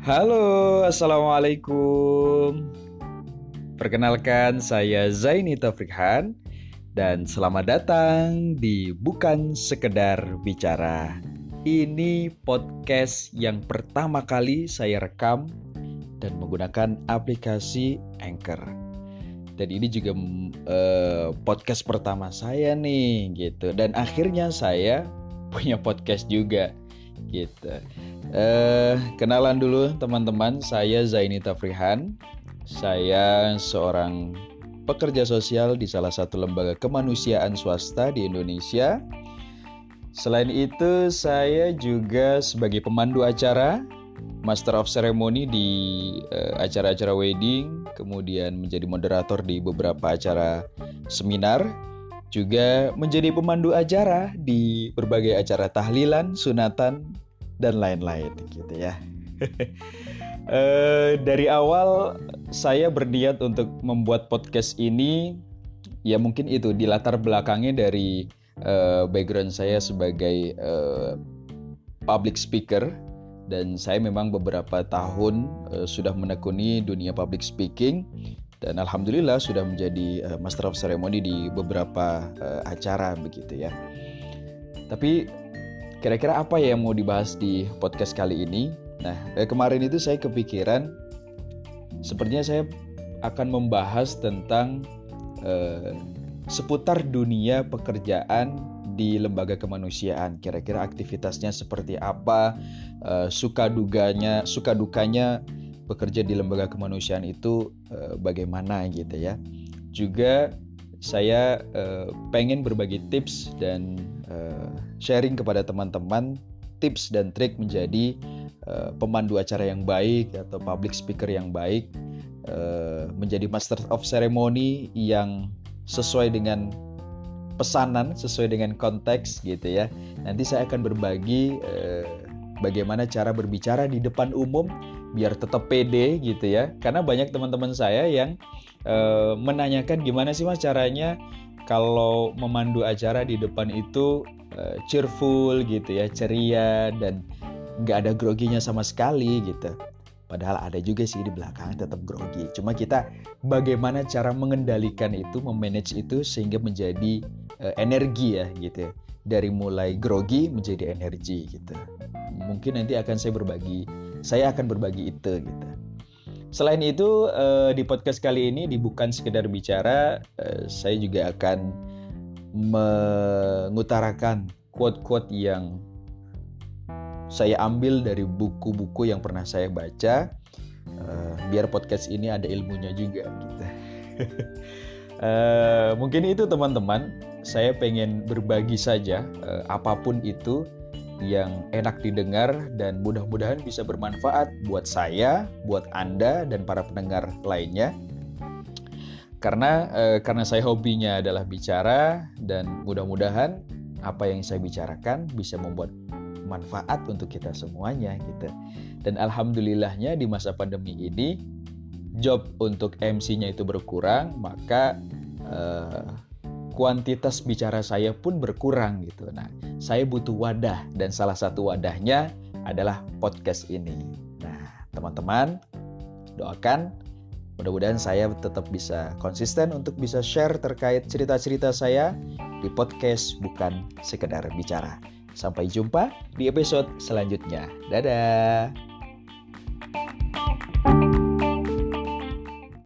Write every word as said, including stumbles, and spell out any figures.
Halo, Assalamualaikum. Perkenalkan, saya Zaini Taufikhan dan selamat datang di Bukan Sekedar Bicara. Ini podcast yang pertama kali saya rekam dan menggunakan aplikasi Anchor. Dan ini juga uh, podcast pertama saya nih gitu. Dan akhirnya saya punya podcast juga gitu. Uh, kenalan dulu teman-teman, saya Zaini Taufikhan. Saya seorang pekerja sosial di salah satu lembaga kemanusiaan swasta di Indonesia. Selain itu, saya juga sebagai pemandu acara, Master of Ceremony di uh, acara-acara wedding, kemudian menjadi moderator di beberapa acara seminar, juga menjadi pemandu acara di berbagai acara tahlilan, sunatan, dan lain-lain gitu ya. uh, dari awal saya berniat untuk membuat podcast ini, ya mungkin itu di latar belakangnya dari uh, background saya sebagai uh, public speaker. Dan saya memang beberapa tahun uh, sudah menekuni dunia public speaking. Dan alhamdulillah sudah menjadi uh, Master of Ceremony di beberapa uh, acara begitu ya. Tapi kira-kira apa ya yang mau dibahas di podcast kali ini? Nah, eh, kemarin itu saya kepikiran sepertinya saya akan membahas tentang eh, seputar dunia pekerjaan di lembaga kemanusiaan. Kira-kira aktivitasnya seperti apa, eh, suka duganya, suka dukanya bekerja di lembaga kemanusiaan itu eh, bagaimana gitu ya. Juga saya eh, pengen berbagi tips dan eh, sharing kepada teman-teman tips dan trik menjadi uh, pemandu acara yang baik atau public speaker yang baik, uh, menjadi Master of Ceremony yang sesuai dengan pesanan, sesuai dengan konteks gitu ya. Nanti saya akan berbagi uh, bagaimana cara berbicara di depan umum biar tetap pede gitu ya. Karena banyak teman-teman saya yang uh, menanyakan gimana sih Mas caranya kalau memandu acara di depan itu uh, cheerful gitu ya, ceria dan nggak ada groginya sama sekali gitu. Padahal ada juga sih di belakang tetap grogi. Cuma kita bagaimana cara mengendalikan itu, memanage itu sehingga menjadi uh, energi ya gitu. Dari mulai grogi menjadi energi gitu. Mungkin nanti akan saya berbagi, saya akan berbagi itu gitu. Selain itu, eh, di podcast kali ini di Bukan Sekedar Bicara, eh, saya juga akan mengutarakan quote-quote yang saya ambil dari buku-buku yang pernah saya baca, eh, biar podcast ini ada ilmunya juga gitu. eh, mungkin itu teman-teman, saya pengen berbagi saja eh, apapun itu yang enak didengar dan mudah-mudahan bisa bermanfaat buat saya, buat Anda dan para pendengar lainnya. Karena eh, karena saya hobinya adalah bicara dan mudah-mudahan apa yang saya bicarakan bisa membuat manfaat untuk kita semuanya gitu. Dan alhamdulillahnya di masa pandemi ini job untuk M C-nya itu berkurang, maka eh, kuantitas bicara saya pun berkurang gitu. Nah, saya butuh wadah dan salah satu wadahnya adalah podcast ini. Nah, teman-teman, doakan mudah-mudahan saya tetap bisa konsisten untuk bisa share terkait cerita-cerita saya di podcast Bukan Sekedar Bicara. Sampai jumpa di episode selanjutnya. Dadah.